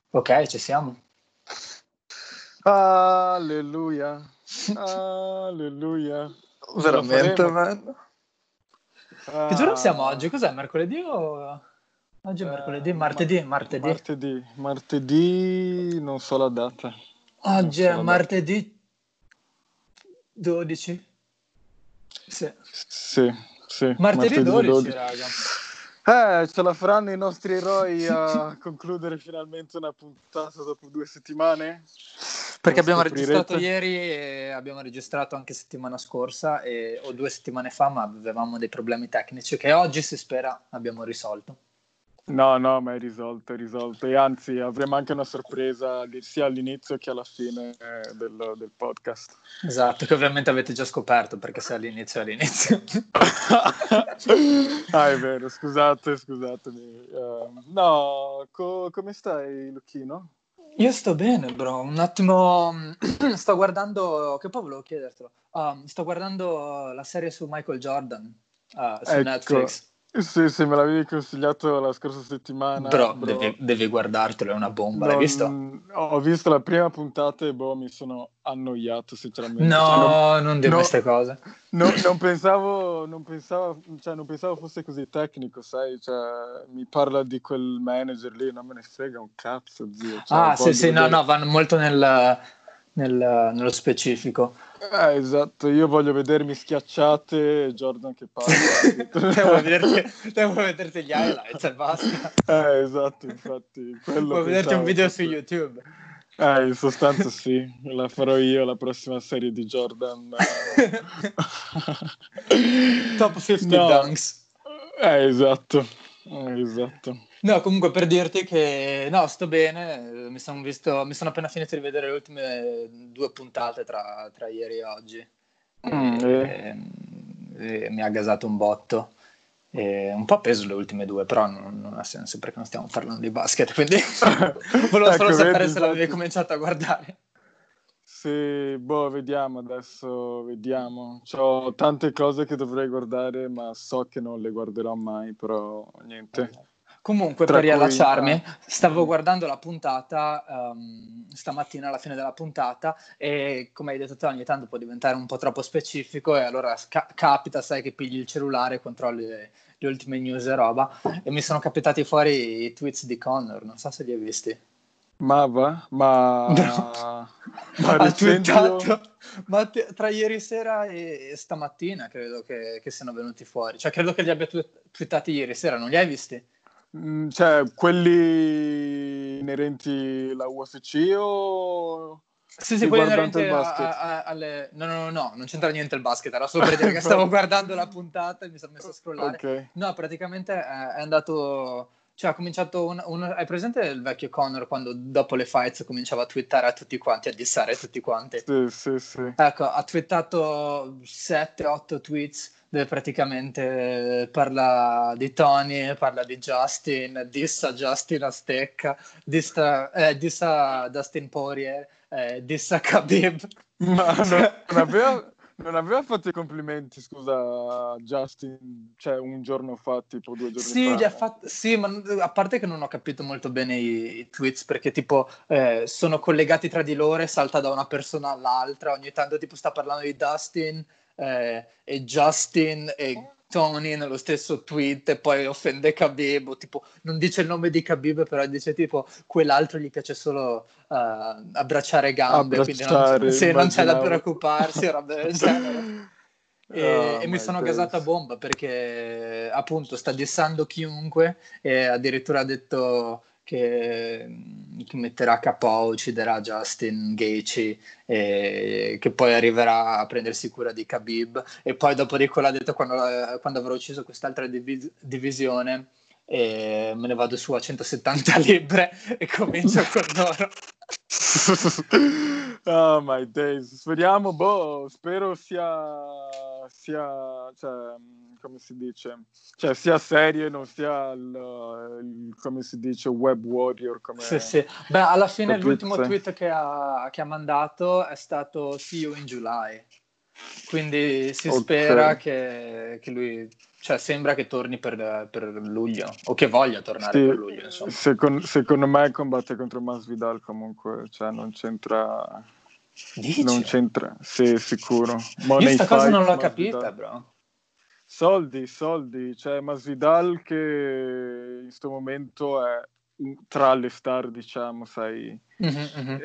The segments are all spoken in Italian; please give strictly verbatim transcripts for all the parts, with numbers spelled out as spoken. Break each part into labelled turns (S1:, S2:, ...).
S1: Ok, ci siamo.
S2: Alleluia, alleluia. Ce la
S1: Veramente,
S2: faremo.
S1: man. Che giorno siamo
S2: Ah,
S1: oggi? Cos'è? Mercoledì o... Oggi è mercoledì?
S2: eh, ma-
S1: Martedì? Martedì.
S2: martedì, martedì, non so la data. Non
S1: Oggi
S2: so
S1: è
S2: la data.
S1: martedì dodici. Sì.
S2: Sì, sì,
S1: Martedì
S2: martedì
S1: dodici,
S2: dodici.
S1: raga.
S2: Eh, ce la faranno i nostri eroi a concludere finalmente una puntata dopo due settimane?
S1: Perché
S2: Lo
S1: abbiamo registrato
S2: scoprirete.
S1: ieri e abbiamo registrato anche settimana scorsa e, o due settimane fa, ma avevamo dei problemi tecnici che oggi si spera abbiamo risolto.
S2: No, no, ma è risolto, è risolto. E anzi, avremo anche una sorpresa di- sia all'inizio che alla fine eh, del, del podcast.
S1: Esatto, che ovviamente avete già scoperto perché se all'inizio è all'inizio.
S2: Ah, è vero, scusate, scusatemi. Eh, no, co- come stai, Lucchino?
S1: Io sto bene, bro. Un attimo, sto guardando, che poi volevo chiedertelo. Um, sto guardando la serie su Michael Jordan, uh, su
S2: Ecco,
S1: Netflix.
S2: sì, sì, me l'avevi consigliato la scorsa settimana,
S1: Bro, devi,
S2: bro.
S1: devi guardartelo, è una bomba. L'hai visto?
S2: Non... Ho visto la prima puntata e boh, mi sono annoiato, sinceramente. Cioè, non...
S1: No, non dire
S2: no-
S1: queste cose.
S2: no- non pensavo, non pensavo, cioè, non pensavo fosse così tecnico, sai? Cioè, mi parla di quel manager lì, non me ne frega un cazzo, zio. Cioè,
S1: Ah, sì,
S2: voglio
S1: sì, no,
S2: vedere...
S1: no, vanno molto nel, nel- nello specifico.
S2: Eh, esatto, io voglio vedermi schiacciate e Jordan che parla.
S1: Te vuoi vederti, te vuoi vederti gli highlights e basta.
S2: Eh, esatto, infatti, quello
S1: Vuoi vederti un
S2: pensavo
S1: video su
S2: fosse...
S1: YouTube.
S2: Eh, in sostanza sì, la farò io la prossima serie di Jordan.
S1: Top cinquanta
S2: No,
S1: dunks.
S2: eh, esatto, eh, esatto.
S1: No, comunque per dirti che no, sto bene, eh, mi sono visto, mi sono appena finito di vedere le ultime due puntate tra, tra ieri e oggi
S2: Mm, eh.
S1: e, e mi ha gasato un botto. E un po' peso le ultime due, però non, non ha senso perché non stiamo parlando di basket, quindi volevo solo
S2: Ecco, vedi,
S1: sapere se l'avevi
S2: infatti.
S1: cominciato a guardare.
S2: Sì, boh, vediamo adesso, vediamo. C'ho tante cose che dovrei guardare, ma so che non le guarderò mai, però niente.
S1: Comunque, per
S2: Tra cui...
S1: riallacciarmi,
S2: Ah,
S1: stavo
S2: mm.
S1: guardando la puntata ehm, stamattina alla fine della puntata e come hai detto te ogni tanto può diventare un po' troppo specifico e allora ca- capita, sai, che pigli il cellulare e controlli le, le ultime news e roba e mi sono capitati fuori i tweets di Connor, non so se li hai visti.
S2: Ma va?
S1: Bro,
S2: Ma... Ma
S1: ha
S2: recenti o...
S1: twittato ma te- tra ieri sera e, e stamattina credo che, che siano venuti fuori, cioè credo che li abbia twi- twittati ieri sera, non li hai visti?
S2: Mm, cioè, quelli inerenti alla U F C o
S1: Sì, sì, quelli
S2: riguardante
S1: inerenti
S2: il
S1: a-
S2: basket?
S1: a- a- alle... No, no, no, no, non c'entra niente il basket, era solo per dire che stavo
S2: Infatti.
S1: guardando la puntata e mi sono messo a scrollare.
S2: Ok.
S1: No, praticamente è, è andato... Cioè, ha cominciato un, un... Hai presente il vecchio Connor quando dopo le fights cominciava a twittare a tutti quanti, a dissare a tutti quanti?
S2: Sì, sì, sì.
S1: Ecco, ha twittato sette otto tweets dove praticamente parla di Tony, parla di Justin, dissa Justin a stecca, dissa, eh, dissa Dustin Poirier, eh, dissa Khabib.
S2: Ma non,
S1: Cioè,
S2: non aveva, non aveva fatto i complimenti, scusa, a Justin, cioè un giorno fa, tipo due giorni
S1: sì, li ha
S2: fa.
S1: fatti, sì, ma a parte che non ho capito molto bene i, i tweets perché tipo eh, sono collegati tra di loro e salta da una persona all'altra, ogni tanto tipo sta parlando di Dustin eh, e Justin e Tony nello stesso tweet e poi offende Khabib, o tipo non dice il nome di Khabib però dice tipo quell'altro gli piace solo eh, abbracciare gambe, quindi non,
S2: Abbracciare,
S1: sì, non c'è da
S2: immaginavo.
S1: preoccuparsi o roba del genere. E,
S2: Oh
S1: e mi
S2: my
S1: sono gasato a
S2: days.
S1: bomba perché appunto sta dissando chiunque e addirittura ha detto che, che metterà K O, ucciderà Justin Gaethje e che poi arriverà a prendersi cura di Khabib e poi dopo di quello ha detto quando, quando avrò ucciso quest'altra divis- divisione e me ne vado su a centosettanta libbre e comincio con loro.
S2: Oh my days. Speriamo, boh, spero sia, sia, cioè, come si dice, cioè sia serio e non sia il, il- come si dice, web warrior,
S1: Sì,
S2: come,
S1: sì. Beh, alla fine
S2: capito?
S1: l'ultimo
S2: Sì.
S1: tweet che ha, che ha mandato è stato See you in July. quindi si
S2: Ok.
S1: spera che, che lui, cioè sembra che torni per, per luglio, o che voglia tornare per
S2: Sì,
S1: luglio, insomma.
S2: secon- secondo me combatte contro Masvidal comunque, cioè non c'entra, non
S1: Dici?
S2: c'entra, sì, sicuro. Ma
S1: Io
S2: nei
S1: sta cosa non
S2: fight
S1: l'ho capita,
S2: Masvidal,
S1: bro.
S2: soldi, soldi, cioè Masvidal che in sto momento è un- tra le star, diciamo, sai.
S1: Mhm, mhm.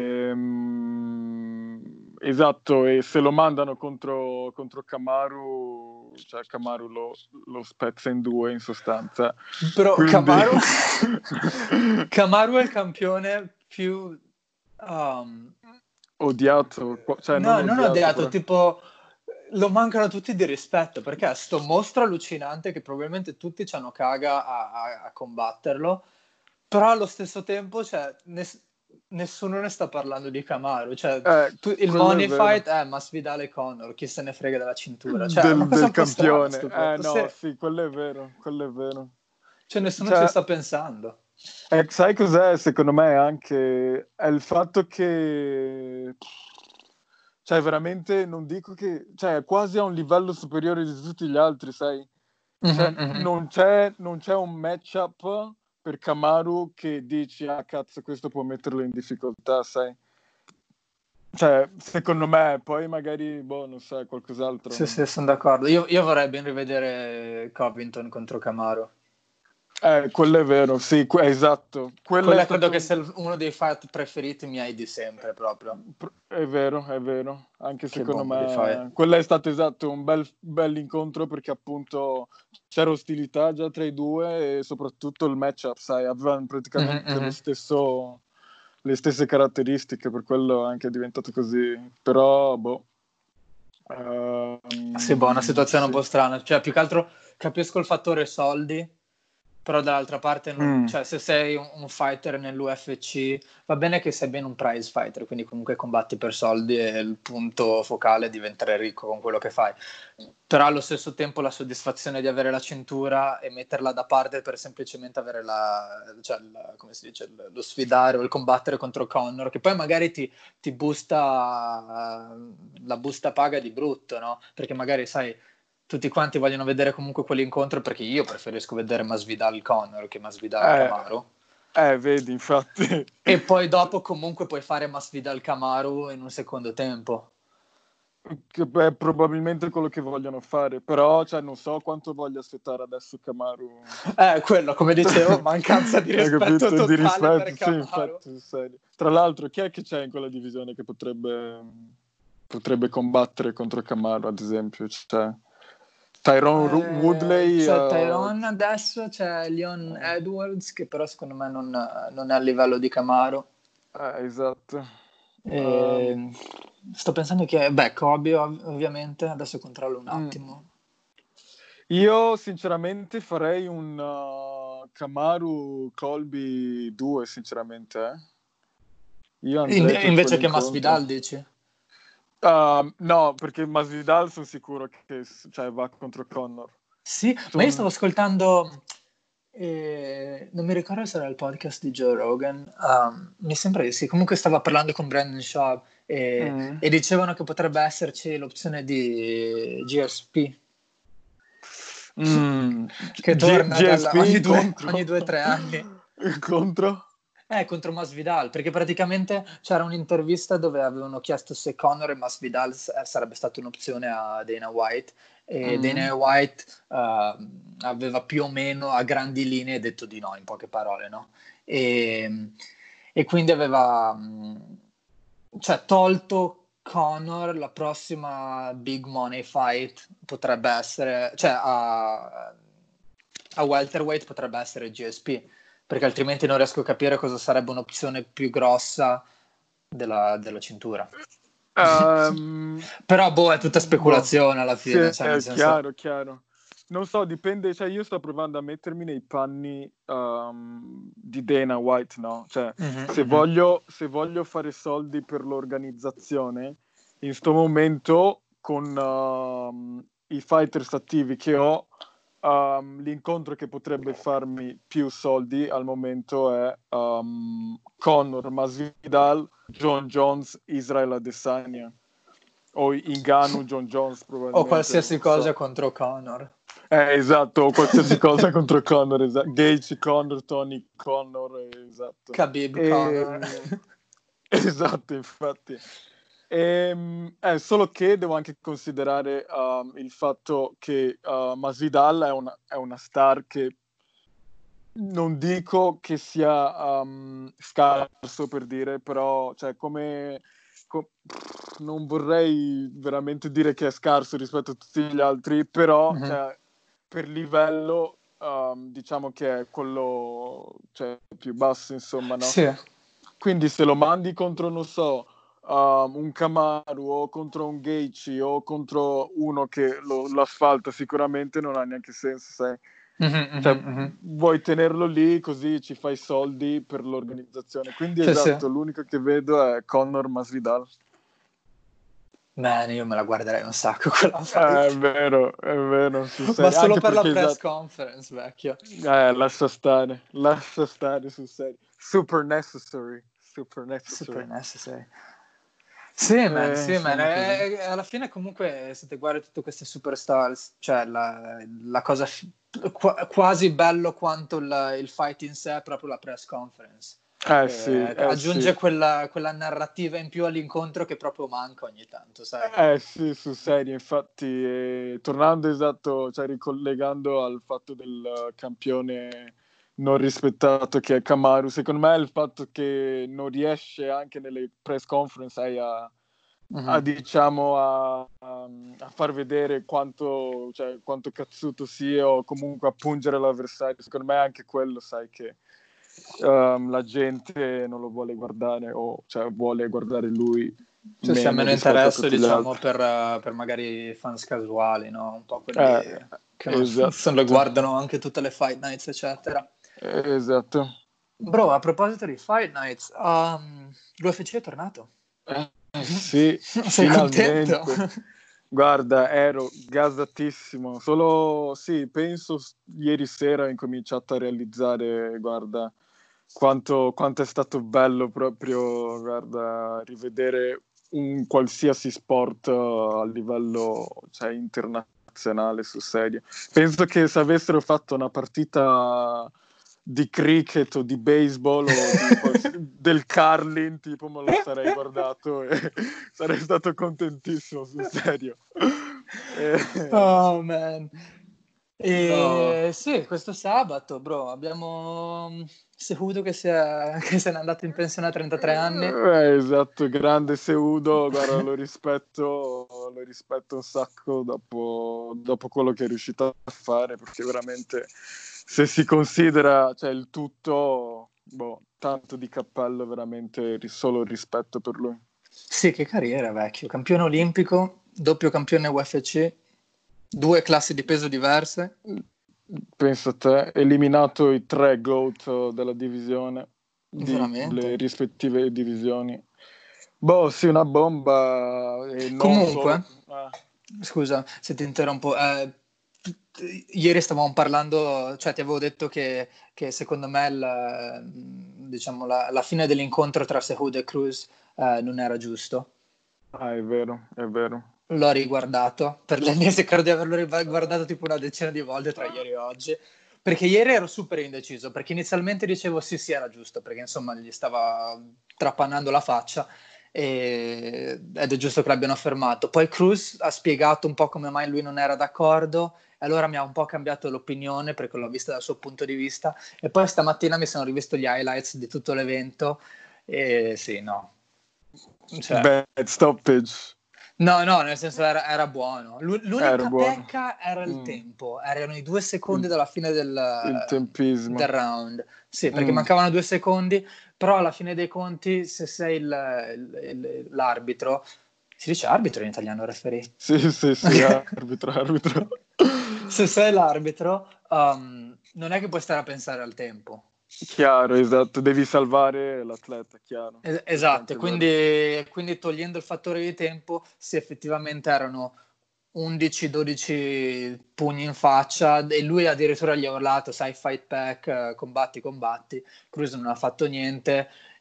S2: Ehm, esatto, e se lo mandano contro, contro Kamaru, cioè Kamaru lo, lo spezza in due in sostanza.
S1: Però
S2: Quindi
S1: Kamaru, Kamaru è il campione più... um,
S2: odiato, qua- cioè non
S1: no, non
S2: odiato,
S1: odiato,
S2: però.
S1: tipo... Lo mancano tutti di rispetto, perché è sto mostro allucinante che probabilmente tutti ci hanno caga a, a- a combatterlo, però allo stesso tempo, cioè, ness- nessuno ne sta parlando di Kamaru. Cioè,
S2: Eh,
S1: tu- il
S2: quello è
S1: money
S2: vero.
S1: fight è Masvidal e Conor, chi se ne frega della cintura. Cioè, è una
S2: Del,
S1: cosa
S2: del
S1: un po' strana
S2: campione.
S1: sto
S2: Eh
S1: co- sì.
S2: no, sì, quello è vero, quello è vero.
S1: Cioè, nessuno ci
S2: Cioè,
S1: sta pensando.
S2: Eh, sai cos'è? Secondo me anche è il fatto che, cioè, veramente non dico che, cioè, è quasi a un livello superiore di tutti gli altri, sai?
S1: Mhm,
S2: Cioè,
S1: mhm.
S2: non c'è, non c'è un matchup per Kamaru che dici, ah, cazzo, questo può metterlo in difficoltà, sai? Cioè, secondo me, poi magari, boh, non so,
S1: Sì,
S2: qualcos'altro.
S1: sì, sono d'accordo. Io, io vorrei ben rivedere Covington contro Kamaru.
S2: Eh, quello è vero, sì, que- esatto. Quello è
S1: Quello credo
S2: stato
S1: che
S2: un...
S1: sia il- uno dei fight preferiti miei di sempre, proprio.
S2: Pr- È vero, è vero, anche
S1: Che
S2: secondo
S1: bomba di fight.
S2: me quello è stato esatto un bel, bel incontro perché appunto c'era ostilità già tra i due e soprattutto il matchup, sai, avevano
S1: Mhm,
S2: praticamente lo
S1: mhm.
S2: stesso, le stesse caratteristiche, per quello anche è diventato così, però boh.
S1: Sì, boh, una
S2: Ehm,
S1: situazione un
S2: sì.
S1: po' strana. Cioè, più che altro capisco il fattore soldi, però dall'altra parte, non-
S2: Mm.
S1: cioè, se sei un, un fighter nell'U F C, va bene che sei ben un prize fighter, quindi comunque combatti per soldi e il punto focale è diventare ricco con quello che fai. Però allo stesso tempo la soddisfazione di avere la cintura e metterla da parte per semplicemente avere la, cioè, il- come si dice, il- lo sfidare o il combattere contro Connor, che poi magari ti, ti busta la busta paga di brutto, no? Perché magari, sai, tutti quanti vogliono vedere comunque quell'incontro perché io preferisco vedere Masvidal Connor che Masvidal
S2: Eh,
S1: Kamaru.
S2: eh, vedi, infatti.
S1: E poi dopo comunque puoi fare Masvidal Kamaru in un secondo tempo.
S2: Che è probabilmente quello che vogliono fare, però cioè, non so quanto voglia aspettare adesso Kamaru.
S1: Eh, quello, come dicevo, mancanza di
S2: Hai
S1: rispetto
S2: capito? Di
S1: totale per
S2: rispetto, sì,
S1: Kamaru.
S2: infatti, sul serio. Tra l'altro, chi è che c'è in quella divisione che potrebbe, potrebbe combattere contro Kamaru, ad esempio? C'è Tyrone Ru-
S1: Eh,
S2: Woodley,
S1: c'è
S2: eh,
S1: Tyrone adesso, c'è Leon
S2: eh,
S1: Edwards che però secondo me non, non è a livello di Kamaru.
S2: eh, esatto. Um,
S1: E sto pensando che, beh, Kobe ov- ovviamente, adesso controllo un
S2: mm.
S1: attimo.
S2: Io sinceramente farei un uh, Kamaru Colby due, sinceramente. Eh. Io
S1: In-
S2: andrei per
S1: invece che
S2: quell'incontro.
S1: Masvidal, dici?
S2: Uh, no, perché Masvidal sono sicuro che cioè, va contro Connor.
S1: Sì, ma io stavo
S2: Son...
S1: ascoltando, eh, non mi ricordo se era il podcast di Joe Rogan, um, mi sembra di sì, comunque stava parlando con Brandon Shaw e,
S2: Mm.
S1: e dicevano che potrebbe esserci l'opzione di G S P,
S2: Mm.
S1: che
S2: G-
S1: torna dalla- ogni
S2: GSP
S1: due, ogni
S2: contro...
S1: due o tre anni.
S2: contro...
S1: Eh, contro Masvidal, perché praticamente c'era un'intervista dove avevano chiesto se Conor e Masvidal s- eh, sarebbe stata un'opzione a Dana White e
S2: Mm.
S1: Dana White eh, aveva più o meno a grandi linee detto di no, in poche parole, no? E, e quindi aveva mh, cioè, tolto Conor, la prossima big money fight potrebbe essere, cioè a, a welterweight potrebbe essere G S P perché altrimenti non riesco a capire cosa sarebbe un'opzione più grossa della, della cintura.
S2: Um,
S1: Però, boh, è tutta
S2: boh,
S1: speculazione alla
S2: sì,
S1: fine, cioè, nel
S2: è
S1: senso...
S2: chiaro, chiaro. Non so, dipende, cioè io sto provando a mettermi nei panni um, di Dana White, no? Cioè,
S1: Mhm,
S2: se
S1: mhm.
S2: voglio, se voglio fare soldi per l'organizzazione, in sto momento, con um, i fighters attivi che ho, um, l'incontro che potrebbe farmi più soldi al momento è um, Conor Masvidal, John Jones, Israel Adesanya. o Ngannou, John Jones probabilmente.
S1: O qualsiasi cosa
S2: so.
S1: contro Conor.
S2: Eh, esatto, o qualsiasi cosa contro Conor, esatto. Gaethje, Conor, Tony, Conor, esatto.
S1: Khabib,
S2: E...
S1: Conor.
S2: Esatto, infatti. E, eh, solo che devo anche considerare um, il fatto che uh, Masvidal è una, è una star che non dico che sia um, scarso, per dire, però cioè, come co- non vorrei veramente dire che è scarso rispetto a tutti gli altri, però
S1: Mhm.
S2: cioè, per livello um, diciamo che è quello cioè, più basso, insomma, no?
S1: Sì.
S2: Quindi se lo mandi contro, non so, um, un Kamaru o contro un Gaethje o contro uno che lo, lo asfalta, sicuramente non ha neanche senso, sai?
S1: Mhm,
S2: Cioè,
S1: mhm, mhm.
S2: vuoi tenerlo lì così ci fai soldi per l'organizzazione. Quindi
S1: Sì, sì.
S2: esatto, l'unico che vedo è Conor Masvidal.
S1: Man, io me la guarderei un sacco quella
S2: Eh,
S1: fight.
S2: è vero, è vero, sul
S1: Ma
S2: serio.
S1: solo
S2: Anche
S1: per la
S2: perché
S1: press
S2: esatto.
S1: conference, vecchio.
S2: Eh, lascia stare, lascia stare sul serio. Super necessary, super
S1: Super
S2: necessary.
S1: necessary. Sì, man,
S2: Eh,
S1: sì, man.
S2: insomma, così.
S1: E- e alla fine comunque se ti guardi tutte queste superstars, cioè la, la cosa fi- qua- quasi bello quanto il, il fight in sé è proprio la press conference.
S2: Eh sì,
S1: Eh,
S2: eh sì.
S1: aggiunge quella, quella narrativa in più all'incontro che proprio manca ogni tanto, sai?
S2: Eh sì, sul serio, infatti, eh, tornando esatto, cioè ricollegando al fatto del eh, campione non rispettato che è Kamaru, secondo me il fatto che non riesce anche nelle press conference sai, a, a,
S1: Mhm.
S2: diciamo a, a- a far vedere quanto, cioè, quanto cazzuto sia o comunque a pungere l'avversario, secondo me anche quello, sai che ehm, la gente non lo vuole guardare o cioè, vuole guardare lui
S1: Cioè, se ha
S2: meno
S1: meno
S2: rispetto a
S1: interesse,
S2: tutti gli
S1: diciamo,
S2: altri.
S1: per, eh, per magari fans casuali, no? Un po' quelli
S2: Eh,
S1: che non se le
S2: esatto,
S1: guardano anche tutte le fight nights, eccetera.
S2: esatto.
S1: Bro, a proposito di Fight Nights, um, l'U F C è tornato.
S2: Eh, sì,
S1: Sei contento?
S2: finalmente. Guarda, ero gasatissimo. Solo, sì, penso s- ieri sera ho incominciato a realizzare, guarda, quanto, quanto è stato bello proprio, guarda, rivedere un qualsiasi sport eh, a livello, cioè, internazionale, sul serio. Penso che se avessero fatto una partita di cricket o di baseball o di quals- del curling, tipo me lo sarei guardato e sarei stato contentissimo, sul serio. Eh,
S1: Oh, man.
S2: no,
S1: E sì, questo sabato, bro, abbiamo mm, Cejudo che, si è, che se n'è andato in pensione a trentatré anni.
S2: eh, esatto, grande Seudo, guarda, lo rispetto, lo rispetto un sacco dopo, dopo quello che è riuscito a fare, perché veramente se si considera cioè, il tutto, boh, tanto di cappello, veramente ri- solo rispetto per lui.
S1: Sì, che carriera, vecchio. Campione olimpico, doppio campione U F C, due classi di peso diverse.
S2: Penso a te, eliminato i tre GOAT della divisione, di le
S1: Veramente.
S2: rispettive divisioni. Boh, sì, una bomba e non
S1: Comunque,
S2: solo... eh.
S1: scusa se ti interrompo, eh, ieri stavamo parlando, cioè ti avevo detto che, che secondo me il, diciamo, la, la fine dell'incontro tra Cejudo e Cruz eh, non era giusto.
S2: Ah, è vero, è vero.
S1: L'ho riguardato, per l'ennesima, credo di averlo riguardato tipo una decina di volte tra ieri e oggi, perché ieri ero super indeciso, perché inizialmente dicevo sì sì era giusto, perché insomma gli stava trapannando la faccia e... ed è giusto che l'abbiano fermato. Poi Cruz ha spiegato un po' come mai lui non era d'accordo e allora mi ha un po' cambiato l'opinione perché l'ho vista dal suo punto di vista e poi stamattina mi sono rivisto gli highlights di tutto l'evento e sì, no. Cioè,
S2: Bad stoppage,
S1: no, no, nel senso era, era buono. L'u-
S2: era
S1: L'unica
S2: buono.
S1: pecca era il
S2: Mm,
S1: tempo, erano i due secondi
S2: Il,
S1: dalla fine
S2: il
S1: del,
S2: tempismo.
S1: del round. Sì, perché
S2: Mm,
S1: mancavano due secondi, però alla fine dei conti, se sei il- il- il- l'arbitro, si dice arbitro in italiano, referee?
S2: Sì, sì, sì, arbitro, arbitro.
S1: Se sei l'arbitro, um, non è che puoi stare a pensare al tempo.
S2: Chiaro, esatto, devi salvare l'atleta, chiaro.
S1: Es-
S2: Questo è
S1: Esatto, e
S2: anche vero.
S1: quindi, quindi togliendo il fattore di tempo, se effettivamente erano undici dodici pugni in faccia e lui addirittura gli ha urlato, sai, fight back, eh, combatti, combatti. Cruz non ha fatto niente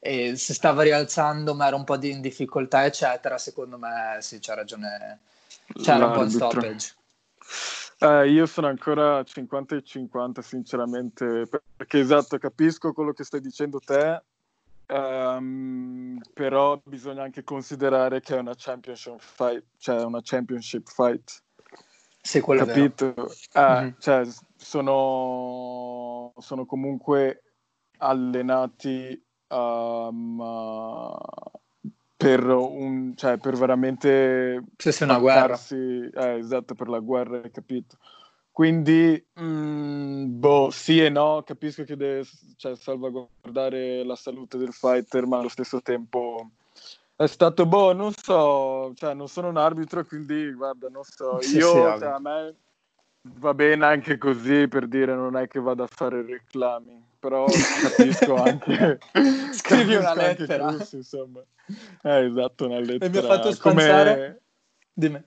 S1: e si stava rialzando ma era un po' di, in difficoltà eccetera, secondo me sì, c'ha ragione, c'era un po' in
S2: L'arbitro.
S1: stoppage.
S2: Eh, io sono ancora cinquanta e cinquanta sinceramente, perché esatto, capisco quello che stai dicendo te, ehm, però bisogna anche considerare che è una championship fight, cioè una championship fight.
S1: Sì, quello è vero.
S2: Capito? Eh,
S1: Mhm.
S2: cioè, sono, sono comunque allenati um, uh, per, un, cioè, per veramente
S1: Sì, sì, una guerra.
S2: spaccarsi, eh, esatto, per la guerra, hai capito? Quindi, mm, boh, sì e no, capisco che deve, cioè, salvaguardare la salute del fighter, ma allo stesso tempo è stato, boh, non so, cioè, non sono un arbitro, quindi, guarda, non so,
S1: Sì, sì,
S2: io, cioè,
S1: ovvio.
S2: a me va bene anche così, per dire, non è che vado a fare reclami, però capisco anche,
S1: Scrivi una
S2: capisco anche
S1: lettera.
S2: Cruz, insomma. Eh, esatto, una
S1: E mi ha fatto
S2: lettera,
S1: spanzare.
S2: come
S1: Dimmi.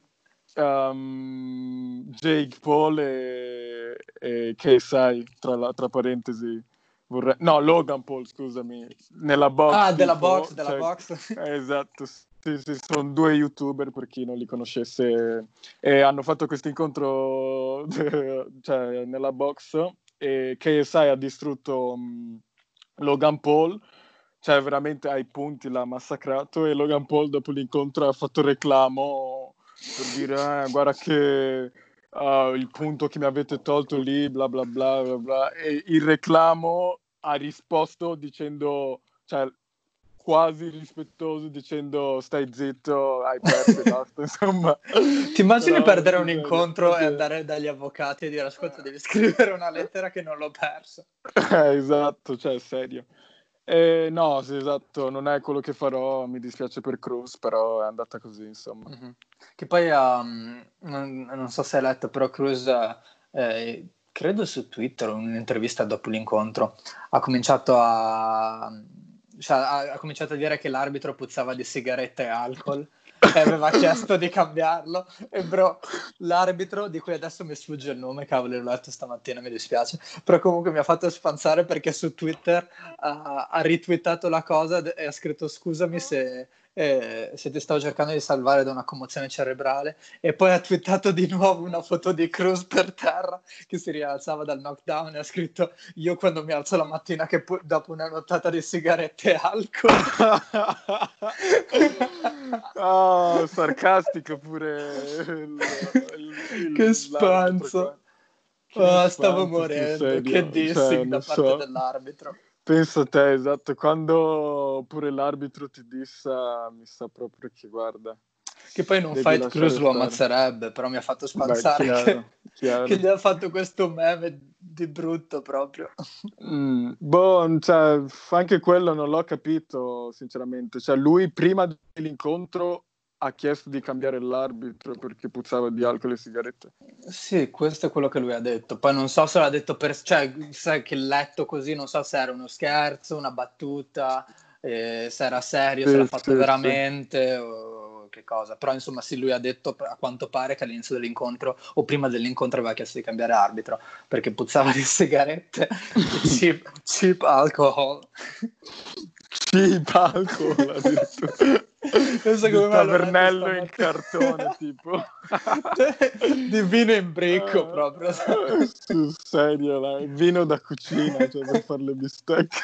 S2: um, Jake Paul e, e K S I, tra, la- tra parentesi, vorrei... No, Logan Paul, scusami, nella box
S1: Ah, della
S2: tipo,
S1: box, della
S2: cioè,
S1: box.
S2: eh, esatto, sì, sì, sono due YouTuber per chi non li conoscesse e hanno fatto questo incontro cioè, nella box e K S I ha distrutto um, Logan Paul, cioè veramente ai punti l'ha massacrato e Logan Paul dopo l'incontro ha fatto reclamo per dire eh, guarda che uh, il punto che mi avete tolto lì bla bla bla bla bla e il reclamo ha risposto dicendo cioè quasi rispettoso dicendo stai zitto hai perso e basta insomma
S1: Ti immagini
S2: però
S1: perdere un
S2: porca miseria,
S1: incontro e
S2: proprio
S1: andare dagli avvocati e dire ascolta, devi scrivere una lettera che non l'ho perso.
S2: eh, esatto, cioè serio. Eh, no, sì, esatto, non è quello che farò, mi dispiace per Cruz, però è andata così, insomma.
S1: Mhm. Che poi um, non, non so se hai letto, però Cruz, eh, credo su Twitter, in un'intervista dopo l'incontro, ha cominciato a, cioè, ha, ha cominciato a dire che l'arbitro puzzava di sigarette e alcol e aveva chiesto di cambiarlo. E bro, l'arbitro, di cui adesso mi sfugge il nome, cavolo, l'ho letto stamattina, mi dispiace, però comunque mi ha fatto spanzare perché su Twitter ha, ha retweetato la cosa e ha scritto scusami se eh, se ti stavo cercando di salvare da una commozione cerebrale, e poi ha twittato di nuovo una foto di Cruz per terra che si rialzava dal knockdown e ha scritto io quando mi alzo la mattina che pu- dopo una nottata di sigarette e alcol.
S2: Oh, sarcastico pure il, il-
S1: Che
S2: il- l'arbitro qua.
S1: spanzo.
S2: Che
S1: Oh, stavo
S2: spanzo sul
S1: morendo, che
S2: serio, cioè
S1: dissing da
S2: non
S1: parte
S2: so.
S1: dell'arbitro.
S2: Penso a te, esatto, quando pure l'arbitro ti dissa, mi sa proprio che guarda,
S1: Che poi in un
S2: devi
S1: fight Cruz
S2: lasciare
S1: lo
S2: stare.
S1: ammazzerebbe, però mi ha fatto
S2: Beh,
S1: spanzare che,
S2: chiaro,
S1: che
S2: chiaro.
S1: gli ha fatto questo meme di brutto proprio.
S2: Mm, boh, cioè, anche quello non l'ho capito, sinceramente. Cioè, lui prima dell'incontro ha chiesto di cambiare l'arbitro perché puzzava di alcol e sigarette.
S1: Sì, questo è quello che lui ha detto. Poi non so se l'ha detto per... cioè, sai che letto così, non so se era uno scherzo, una battuta, eh, se era serio, se l'ha
S2: Sì,
S1: fatto
S2: sì, sì.
S1: veramente o che cosa. Però insomma sì, lui ha detto a quanto pare che all'inizio dell'incontro o prima dell'incontro aveva chiesto di cambiare arbitro perché puzzava di sigarette e cheap, cheap alcohol.
S2: Cheap alcol addirittura.
S1: Pensa
S2: Di
S1: come me l'ho letto
S2: tavernello in
S1: stamattina.
S2: cartone, tipo.
S1: Di vino in bricco
S2: Ah,
S1: proprio.
S2: ah, sul serio, dai. Vino da cucina, cioè per fare le bistecche.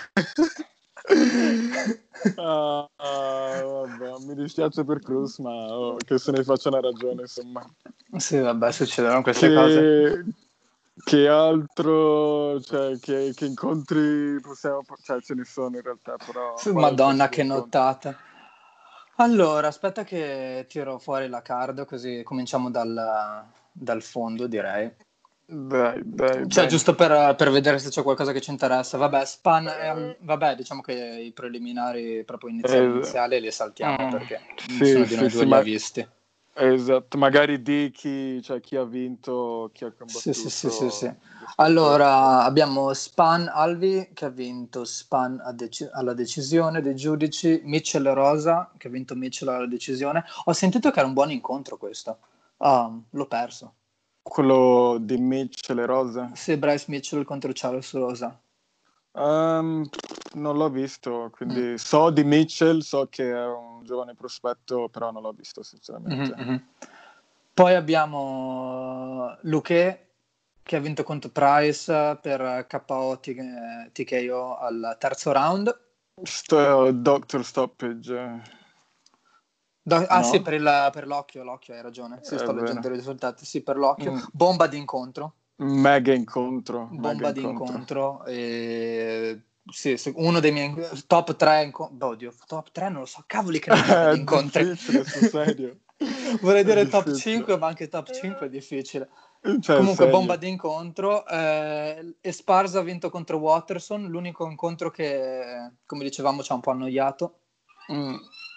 S2: Ah, ah, vabbè, mi dispiace per Cruz, ma oh, che se ne faccia una ragione, insomma.
S1: Sì, vabbè, succedono queste cose.
S2: Che, che altro, cioè, che, che incontri possiamo, cioè, ce ne sono in realtà, però
S1: Sì,
S2: qual è il
S1: Madonna,
S2: prossimo
S1: che
S2: incontro?
S1: nottata. Allora, aspetta che tiro fuori la card, così cominciamo dal, dal fondo, direi.
S2: Dai, dai,
S1: Cioè,
S2: dai.
S1: giusto per, per vedere se c'è qualcosa che ci interessa. Vabbè, Span, è al- vabbè, diciamo che i preliminari proprio iniziali
S2: Eh,
S1: iniziali li saltiamo
S2: mm,
S1: perché
S2: sì,
S1: nessuno di
S2: sì,
S1: noi due
S2: sì,
S1: li ha
S2: ma
S1: visti.
S2: esatto, magari di chi, cioè, chi ha vinto, chi ha
S1: Sì, sì, sì, sì, sì.
S2: combattuto rispetto a...
S1: Allora, abbiamo Span Alvi che ha vinto Span a deci- alla decisione dei giudici, Mitchell Rosa che ha vinto Mitchell alla decisione. Ho sentito che era un buon incontro questo. Ah, l'ho perso.
S2: Quello di Mitch e le rose.
S1: Sì, Bryce Mitchell contro Charles Rosa.
S2: Um, non l'ho visto, quindi
S1: Mm.
S2: so di Mitchell, so che è un giovane prospetto, però non l'ho visto sinceramente.
S1: Mm-hmm. Poi abbiamo Luque che ha vinto contro Price per K O T K O al terzo round.
S2: Sto Doctor Stoppage.
S1: Do- ah
S2: No?
S1: sì, per, il, per l'occhio, l'occhio, hai ragione. Sì,
S2: È
S1: sto
S2: vero.
S1: leggendo i risultati. Sì, per l'occhio.
S2: Mm.
S1: Bomba di incontro.
S2: Mega incontro.
S1: Bomba
S2: Mega
S1: di
S2: incontro.
S1: incontro. E... Sì, sì, uno dei miei top tre incontri. Oddio, top tre non lo so. Cavoli che non
S2: È
S1: di incontri.
S2: difficile, sul serio.
S1: Vorrei
S2: È
S1: dire top
S2: difficile.
S1: cinque, ma anche top cinque è difficile.
S2: Cioè,
S1: Comunque,
S2: serio.
S1: bomba di incontro. Eh, Esparza ha vinto contro Watterson, l'unico incontro che, come dicevamo, ci ha un po' annoiato.
S2: Mm.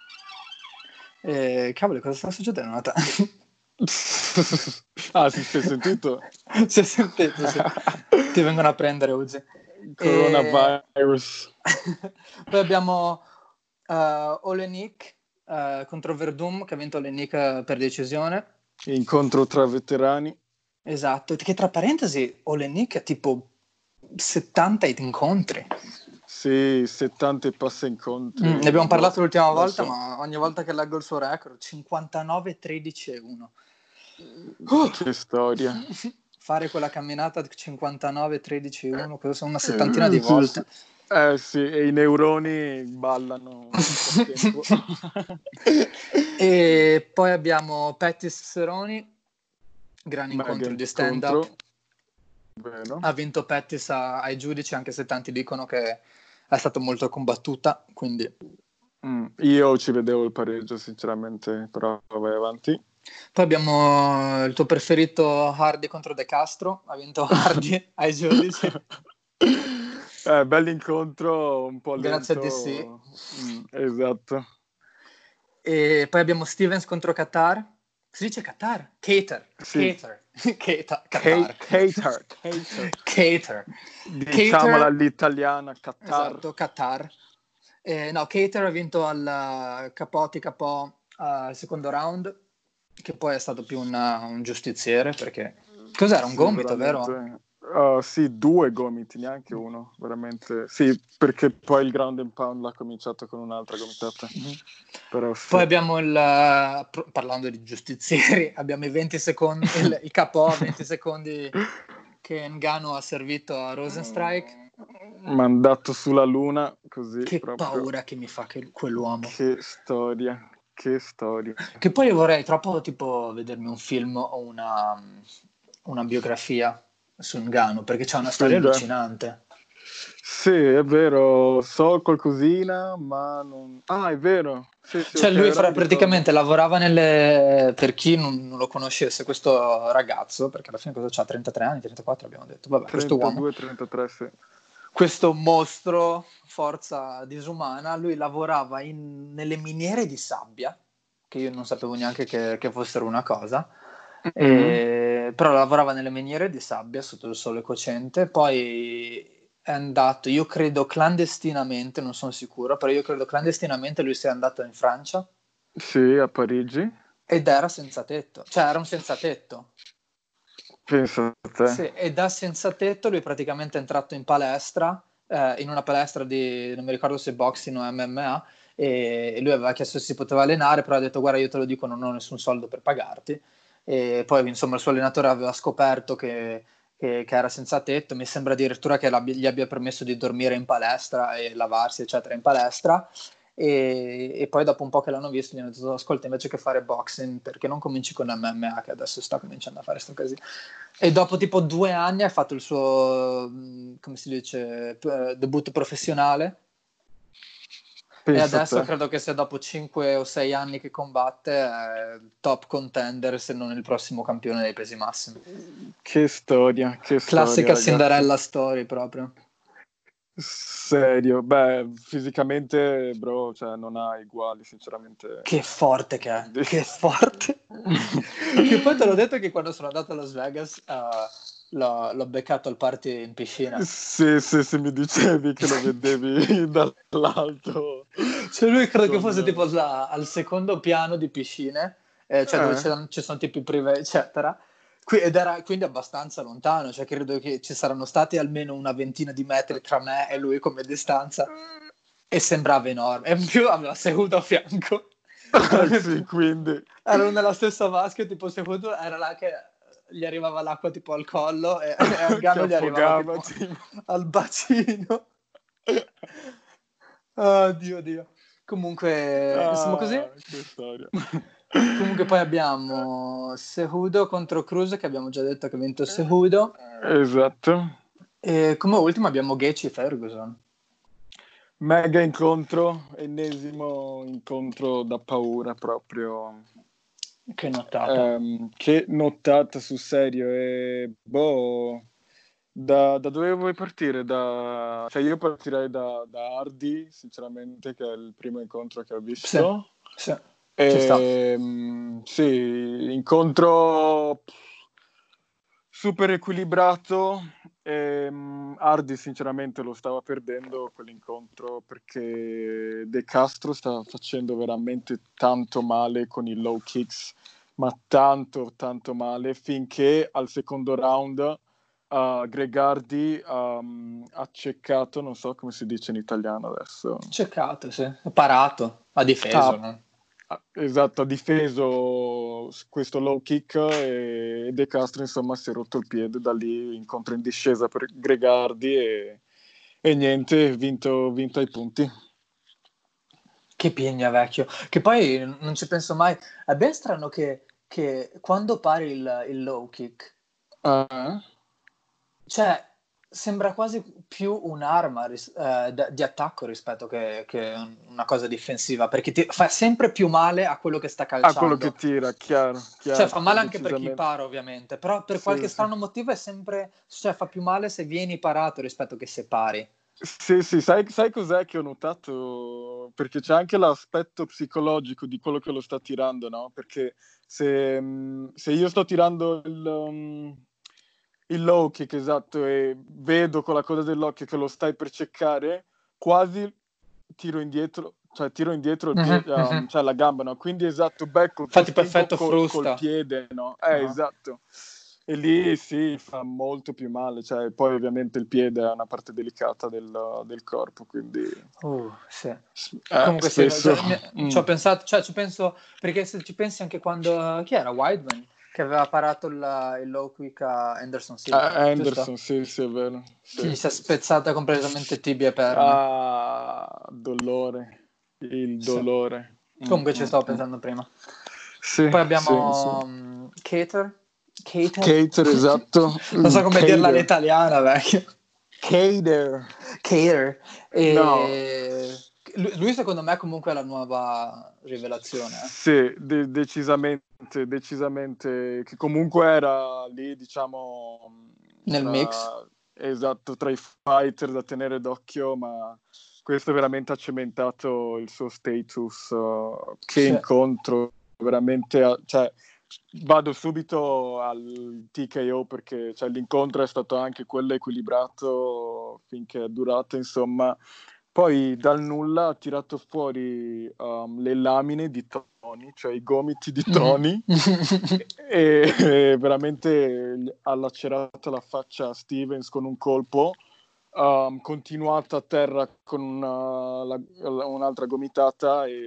S1: Eh, cavoli, cosa sta succedendo a te?
S2: Ah, si si è sentito?
S1: Si è sentito, sì. Ti vengono a prendere, Uzi.
S2: Coronavirus.
S1: E... Poi abbiamo uh, Olenik uh, contro Verdum, che ha vinto Olenik per decisione.
S2: Incontro tra veterani.
S1: Esatto, che tra parentesi Olenik ha tipo settanta incontri.
S2: Sì, settanta passa incontri.
S1: Mm, ne abbiamo parlato l'ultima
S2: Adesso...
S1: volta, ma ogni volta che leggo il suo record, cinquantanove tredici e uno. Oh!
S2: Che storia.
S1: Fare quella camminata cinquantanove tredici e uno, cosa sono una settantina di
S2: Eh, sì,
S1: volte.
S2: sì. Eh sì, e i neuroni ballano nel frattempo.
S1: E poi abbiamo Pettis Cerrone, gran
S2: Mega
S1: incontro di
S2: incontro.
S1: stand-up.
S2: Vero.
S1: Ha vinto Pettis a, ai giudici, anche se tanti dicono che è stata molto combattuta, quindi...
S2: Mm, io ci vedevo il pareggio, sinceramente, però vai avanti.
S1: Poi abbiamo il tuo preferito Hardy contro De Castro, ha vinto Hardy ai giudici.
S2: Eh, bell'incontro, un po' lento.
S1: Grazie a D C.
S2: Mm, esatto.
S1: E poi abbiamo Stevens contro Qatar. Si dice Qatar? Cater.
S2: Sì.
S1: Cater. Qatar. Qatar.
S2: Cater. Cater.
S1: Cater.
S2: Diciamola
S1: Cater.
S2: all'italiana, Qatar.
S1: Esatto, Qatar. Eh, no, Cater ha vinto al K O T K O al secondo round, che poi è stato più una, un giustiziere, perché... Cos'era, un
S2: Sì,
S1: gomito,
S2: veramente.
S1: vero?
S2: Uh, sì, due gomiti, neanche uno, veramente. Sì, perché poi il ground and pound l'ha cominciato con un'altra gomitata.
S1: Mm-hmm.
S2: Però sì.
S1: Poi abbiamo il, parlando di giustizieri, abbiamo i venti secondi, il, il K O a venti secondi che Ngannou ha servito a Rosenstrike.
S2: Mandato sulla luna, così
S1: Che
S2: proprio.
S1: paura che mi fa che, quell'uomo.
S2: Che storia, che storia.
S1: Che poi io vorrei troppo tipo vedermi un film o una, una biografia su Ngannou, perché c'è una storia
S2: Sì,
S1: allucinante.
S2: Sì, è vero, so qualcosina, ma non... Ah, è vero. Sì, sì,
S1: Cioè
S2: ok,
S1: lui
S2: ora
S1: fra,
S2: mi ricordo.
S1: praticamente lavorava nelle... Per chi non, non lo conoscesse, questo ragazzo, perché alla fine cosa c'ha? trentatré anni, trentaquattro abbiamo detto. Vabbè, questo uomo,
S2: trentadue trentatré, sì.
S1: questo mostro, forza disumana, lui lavorava in, nelle miniere di sabbia, che io non sapevo neanche che, che fossero una cosa,
S2: Mm-hmm.
S1: e, però lavorava nelle miniere di sabbia sotto il sole cocente, poi è andato, io credo clandestinamente, non sono sicuro, però io credo clandestinamente lui sia andato in Francia.
S2: Sì, a Parigi.
S1: Ed era senza tetto, cioè era un senza tetto.
S2: Pensa a te.
S1: Sì, e da senza tetto lui praticamente è entrato in palestra, eh, in una palestra di, non mi ricordo se boxing o M M A, e lui aveva chiesto se si poteva allenare, però ha detto guarda io te lo dico non ho nessun soldo per pagarti. E poi insomma il suo allenatore aveva scoperto che, che, che era senza tetto, mi sembra addirittura che gli abbia permesso di dormire in palestra e lavarsi eccetera in palestra. E, e poi dopo un po' che l'hanno visto gli hanno detto ascolta invece che fare boxing perché non cominci con M M A che adesso sta cominciando a fare sto casino. E dopo tipo due anni ha fatto il suo, come si dice, debutto professionale.
S2: Pensa
S1: E adesso
S2: a te.
S1: credo che sia dopo cinque o sei anni che combatte è top contender se non il prossimo campione dei pesi massimi.
S2: Che storia, che
S1: Classica
S2: storia,
S1: Cinderella
S2: ragazzi.
S1: story proprio.
S2: Serio, beh, fisicamente, bro, cioè, non ha uguali, sinceramente.
S1: Che forte che è, che forte. Che poi te l'ho detto che quando sono andato a Las Vegas uh, l'ho, l'ho beccato al party in piscina.
S2: Sì, sì, sì, mi dicevi che lo vedevi dall'alto.
S1: Cioè lui credo
S2: Con...
S1: che fosse tipo là, al secondo piano di piscine, eh, cioè dove
S2: Eh?
S1: c'erano, ci sono tipo i privé, eccetera. Qui- ed era quindi abbastanza lontano, cioè credo che ci saranno stati almeno una ventina di metri tra me e lui come distanza, e sembrava enorme, e in più aveva Cejudo a fianco.
S2: Sì, quindi
S1: Erano nella stessa vasca, tipo Cejudo era là che gli arrivava l'acqua tipo al collo e, e a
S2: che
S1: Ngannou gli arrivava
S2: affogava,
S1: tipo
S2: tipo.
S1: al bacino. Oh, Dio, Dio. Comunque, insomma così.
S2: Ah, che storia.
S1: Comunque poi abbiamo Cejudo contro Cruz, che abbiamo già detto che ha vinto Cejudo.
S2: Esatto.
S1: E come ultimo abbiamo Gaethje e Ferguson.
S2: Mega incontro, ennesimo incontro da paura proprio.
S1: Che nottata.
S2: Ehm, che nottata sul serio. E boh, da, da dove vuoi partire? Da, cioè io partirei da, da Hardy, sinceramente, che è il primo incontro che ho
S1: Sì,
S2: visto.
S1: sì, ci sta.
S2: Ehm, sì, incontro pff, super equilibrato. Ehm, Hardy sinceramente lo stava perdendo quell'incontro perché De Castro stava facendo veramente tanto male con i low kicks, ma tanto tanto male, finché al secondo round uh, Greg Hardy um, ha ceccato, non so come si dice in italiano adesso.
S1: Ceccato, sì. Parato, ha difeso,
S2: Ah,
S1: no?
S2: esatto, ha difeso questo low kick e De Castro insomma si è rotto il piede, da lì incontro in discesa per Gregardi e, e niente, vinto, vinto ai punti.
S1: Che pigna, vecchio. Che poi non ci penso mai. È ben strano che, che quando pari il, il low kick,
S2: Ah,
S1: cioè, sembra quasi più un'arma ris- eh, da- di attacco rispetto che, che una cosa difensiva, perché ti fa sempre più male a quello che sta
S2: ah, quello che
S1: calciando.
S2: tira, chiaro,
S1: Cioè,
S2: chiaro,
S1: fa male anche per chi
S2: decisamente.
S1: para, ovviamente, però per
S2: Sì,
S1: qualche
S2: sì.
S1: strano motivo è sempre, cioè, fa più male se vieni parato rispetto che se pari.
S2: Sì, sì, sai, sai cos'è che ho notato? Perché c'è anche l'aspetto psicologico di quello che lo sta tirando, no? Perché se, mh, se io sto tirando il, um, il low kick, esatto, e vedo con la coda dell'occhio che lo stai per ceccare, quasi tiro indietro, cioè tiro indietro il
S1: Mhm,
S2: piede, um,
S1: mhm.
S2: cioè la gamba, no? Quindi esatto, becco il
S1: Fa tipo
S2: postinco
S1: effetto
S2: col, col
S1: frusta.
S2: piede, no? Eh,
S1: Ah.
S2: esatto. E lì sì, fa molto più male, cioè, poi ovviamente il piede è una parte delicata del, del corpo, quindi
S1: Uh, sì.
S2: eh,
S1: Comunque sì,
S2: spesso...
S1: cioè, mi- ci
S2: mm.
S1: ho pensato, cioè ci penso, perché se ci pensi anche quando, chi era? Weidman, che aveva parato il, il low kick a Anderson Silva,
S2: Ah,
S1: giusto?
S2: Anderson, sì, sì, è vero.
S1: Che
S2: Sì,
S1: gli si è
S2: sì, sì.
S1: spezzata completamente tibia e perna.
S2: Ah, dolore, il
S1: Sì.
S2: dolore. Mm,
S1: Comunque ci
S2: mm,
S1: stavo
S2: mm.
S1: pensando prima.
S2: Sì,
S1: Poi
S2: sì, sì.
S1: abbiamo um, Cater. Cater?
S2: Cater, esatto.
S1: Non so
S2: Mm,
S1: come dirla
S2: Cater.
S1: all'italiana, vecchio.
S2: Cater.
S1: Cater.
S2: No,
S1: E... Lui, lui secondo me comunque è la nuova rivelazione. Eh.
S2: sì, de- decisamente, decisamente, che comunque era lì, diciamo,
S1: Nel mix.
S2: tra, esatto, tra i fighter da tenere d'occhio, ma questo veramente ha cementato il suo status, uh, che
S1: Sì.
S2: incontro, veramente, a- cioè, vado subito al T K O perché cioè, l'incontro è stato anche quello equilibrato finché è durato, insomma. Poi dal nulla ha tirato fuori um, le lamine di Tony, cioè i gomiti di Tony,
S1: Mhm.
S2: e, e veramente ha lacerato la faccia a Stevens con un colpo, um, continuato a terra con una, la, un'altra gomitata e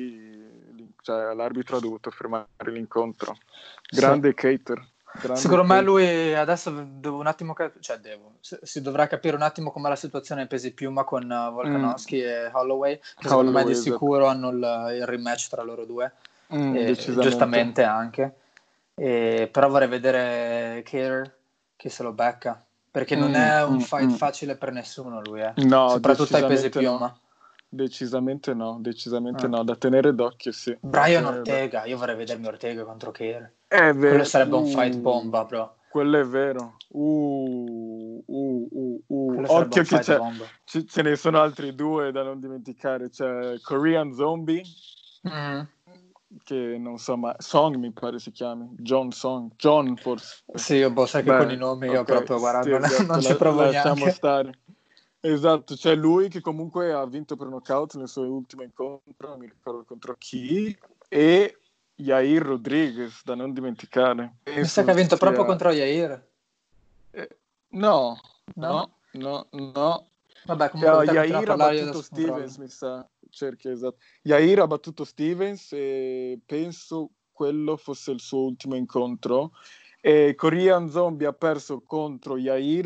S2: lì, lì cioè, l'arbitro ha dovuto fermare l'incontro.
S1: Sì.
S2: Grande Cater, grande
S1: Secondo me
S2: Cater.
S1: lui adesso devo un attimo cap- cioè devo si si dovrà capire un attimo com'è la situazione ai pesi piuma con uh,
S2: Mm,
S1: Volkanovski e Holloway, che secondo me di
S2: Holloway, esatto.
S1: sicuro hanno il, il rematch tra loro due,
S2: Mm,
S1: e,
S2: decisamente.
S1: giustamente anche. E, però vorrei vedere Kattar che se lo becca, perché non
S2: Mm,
S1: è un
S2: mm,
S1: fight
S2: mm.
S1: facile per nessuno lui, eh.
S2: No,
S1: Soprattutto ai pesi
S2: decisamente no.
S1: piuma.
S2: Decisamente no, decisamente
S1: Eh.
S2: no. Da tenere d'occhio, sì. Da
S1: Brian
S2: tenere d'occhio.
S1: Ortega, io vorrei vedermi Ortega contro Kattar.
S2: È
S1: Quello
S2: vero.
S1: sarebbe un fight
S2: Uh,
S1: bomba, bro.
S2: quello è vero. Uh, uh, uh, uh.
S1: Quello sarebbe
S2: Occhio
S1: un
S2: che
S1: fight
S2: c'è,
S1: bomba.
S2: ci- ce ne sono altri due da non dimenticare. C'è Korean Zombie,
S1: Mm.
S2: che non so, ma Song mi pare si chiami. John Song. John forse.
S1: Sì, io boh, sai che con i
S2: Beh,
S1: nomi io
S2: ok,
S1: proprio, guarda,
S2: sì,
S1: non,
S2: esatto,
S1: non ci
S2: la-
S1: provo
S2: lasciamo
S1: neanche.
S2: stare. Esatto, c'è lui che comunque ha vinto per knockout nel suo ultimo incontro, non mi ricordo contro chi, e Yair Rodriguez, da non dimenticare.
S1: Mi sa che ha
S2: Penso
S1: vinto proprio
S2: sia...
S1: contro Yair.
S2: Eh, no,
S1: No?
S2: no, no, no.
S1: Vabbè,
S2: Eh,
S1: comunque te continua a
S2: Yair ha
S1: parlare, io
S2: battuto
S1: adesso controllo.
S2: Stevens, mi sa. Cerchi, esatto. Yair ha battuto Stevens e penso quello fosse il suo ultimo incontro. E Korean Zombie ha perso contro Yair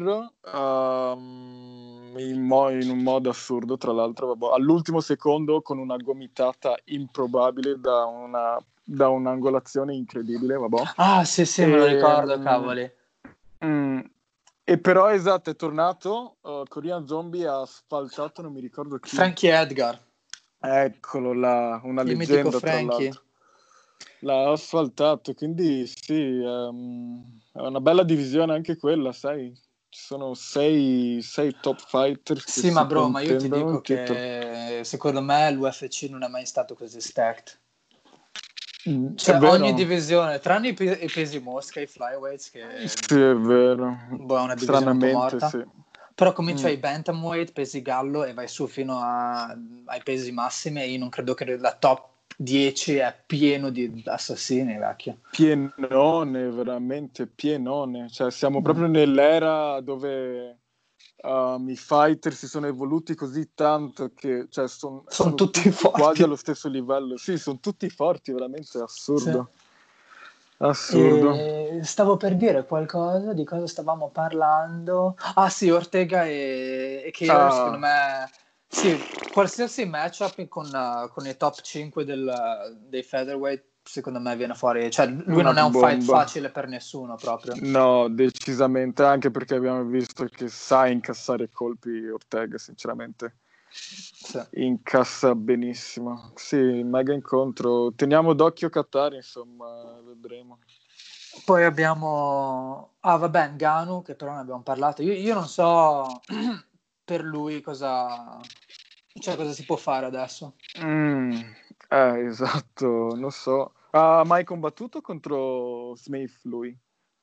S2: um, in, mo- in un modo assurdo, tra l'altro, vabbè, all'ultimo secondo con una gomitata improbabile da, una, da un'angolazione incredibile, vabbè.
S1: Ah, sì, sì, me lo
S2: E,
S1: ricordo, cavoli.
S2: mm, e però, esatto, è tornato, uh, Korean Zombie ha asfaltato, non mi ricordo chi.
S1: Frankie Edgar,
S2: Eccolo là, una
S1: il mitico
S2: leggenda tra
S1: Frankie.
S2: l'altro. L'ha asfaltato, quindi sì, ehm, è una bella divisione anche quella, sai. Ci sono sei, sei top fighters che
S1: Sì, ma
S2: si
S1: bro, ma io ti
S2: contendono
S1: dico
S2: il titolo.
S1: che secondo me l'U F C non è mai stato così stacked.
S2: Mm, È
S1: Cioè, ogni
S2: vero,
S1: divisione, tranne i, pe- i pesi mosca, i flyweights, che
S2: sì, è vero.
S1: boh, è una divisione un po'
S2: Stranamente,
S1: morta.
S2: sì.
S1: Però comincia
S2: Mm.
S1: ai bantamweight, pesi gallo e vai su fino a- ai pesi massimi e io non credo che la top dieci è pieno di assassini, vecchio.
S2: Pienone, veramente pienone. Cioè, siamo
S1: Mm.
S2: proprio nell'era dove um, i fighter si sono evoluti così tanto che cioè, son-
S1: Sono
S2: sono
S1: tutti
S2: tutti quasi
S1: forti.
S2: allo stesso livello. Sì, sono tutti forti, veramente
S1: Sì.
S2: assurdo. Assurdo.
S1: E stavo per dire qualcosa, di cosa stavamo parlando? Ah sì, Ortega e, e K O, secondo
S2: Ah,
S1: me, sì, qualsiasi matchup con, uh, con i top cinque del, dei featherweight, secondo me viene fuori, cioè lui
S2: una
S1: non è un fight
S2: bomba.
S1: facile per nessuno proprio.
S2: No, decisamente, anche perché abbiamo visto che sa incassare colpi Ortega, sinceramente.
S1: Sì.
S2: Incassa benissimo. Sì, mega incontro. Teniamo d'occhio Qatar, insomma, vedremo.
S1: Poi abbiamo, ah vabbè, Ngannou, che però ne abbiamo parlato, io, io non so per lui cosa, cioè, cosa si può fare adesso.
S2: Mm, eh, esatto, non so. Ha mai combattuto contro Smith lui?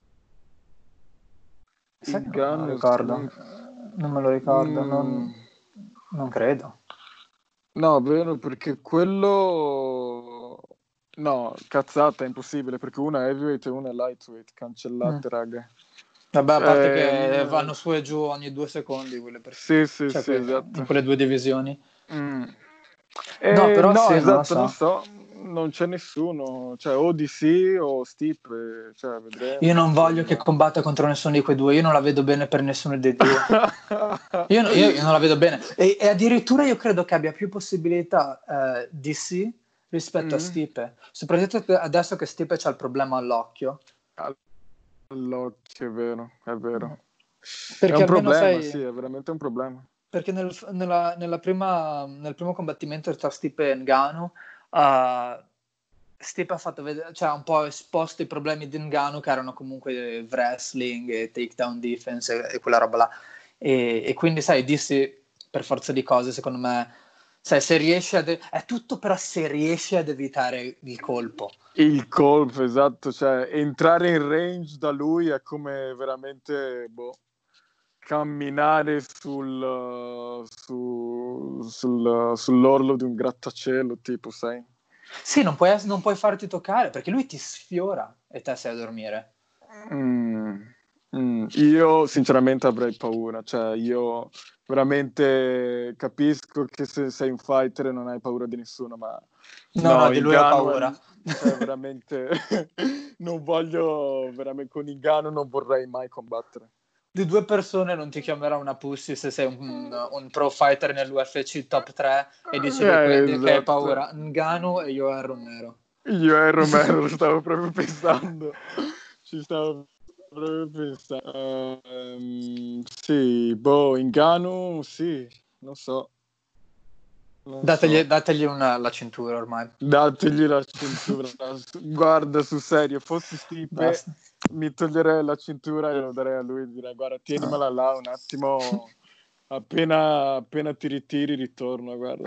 S1: Sai che non me lo
S2: Ngannou
S1: ricordo,
S2: Smith.
S1: non me lo ricordo,
S2: Mm,
S1: non, non credo.
S2: no, vero, perché quello... No, cazzata, è impossibile, perché una è heavyweight e una è lightweight,
S1: Mm.
S2: cancellate, raga.
S1: Vabbè, a parte che vanno
S2: Ehm,
S1: su e giù ogni due secondi, quelle per-
S2: sì, sì,
S1: cioè
S2: sì,
S1: que- in
S2: esatto.
S1: quelle due divisioni.
S2: Mm.
S1: No,
S2: Eh,
S1: però
S2: no,
S1: sì, non lo
S2: esatto, non
S1: so.
S2: so, non c'è nessuno, cioè o D C o Stipe, cioè
S1: Io
S2: vedremo,
S1: non voglio che
S2: insomma.
S1: combatta contro nessuno di quei due, io non la vedo bene per nessuno dei due. Io, io- io non la vedo bene. E, e addirittura io credo che abbia più possibilità eh, D C rispetto a
S2: Mm.
S1: Stipe. Soprattutto adesso che Stipe c'ha il problema all'occhio.
S2: All'occhio, è vero, è vero. È
S1: Perché
S2: un
S1: almeno
S2: problema,
S1: sai,
S2: sì, è veramente un problema.
S1: perché nel, nella, nella prima, nel primo combattimento tra Stipe e Ngannou, uh, Stipe ha fatto vedere, cioè ha un po' esposto i problemi di Ngannou che erano comunque wrestling e takedown defense e, e quella roba là. E, e quindi, sai, dissi per forza di cose, secondo me, sai, se riesci ad... È tutto però se riesci ad evitare il colpo.
S2: Il colpo, esatto, cioè entrare in range da lui è come veramente, boh, camminare sul, su- sul- sull'orlo di un grattacielo, tipo, sai?
S1: Sì, non puoi, non puoi farti toccare perché lui ti sfiora e te sei a dormire.
S2: Mm, mm. Io sinceramente avrei paura, cioè io veramente capisco che se sei un fighter non hai paura di nessuno, ma
S1: No, no,
S2: no,
S1: di lui ho
S2: Ngannou è,
S1: paura.
S2: cioè veramente non voglio, veramente con Ngannou non vorrei mai combattere.
S1: Di due persone non ti chiamerà una pussy se sei un, un pro fighter nell'U F C top tre e dici che,
S2: Eh,
S1: que- che hai
S2: esatto.
S1: paura. Ngannou e Yoel Romero.
S2: Io e Romero lo stavo proprio pensando, ci stavo proprio pensando. Ehm, sì, boh, Ngannou, sì, non so, non
S1: Dategli,
S2: so.
S1: dategli una, la cintura ormai.
S2: Dategli la cintura. Guarda, sul serio, fossi Stipe,
S1: Basta.
S2: mi toglierei la cintura e lo darei a lui e direi, guarda, tienimela là un attimo, appena, appena ti ritiri ritorno, guarda.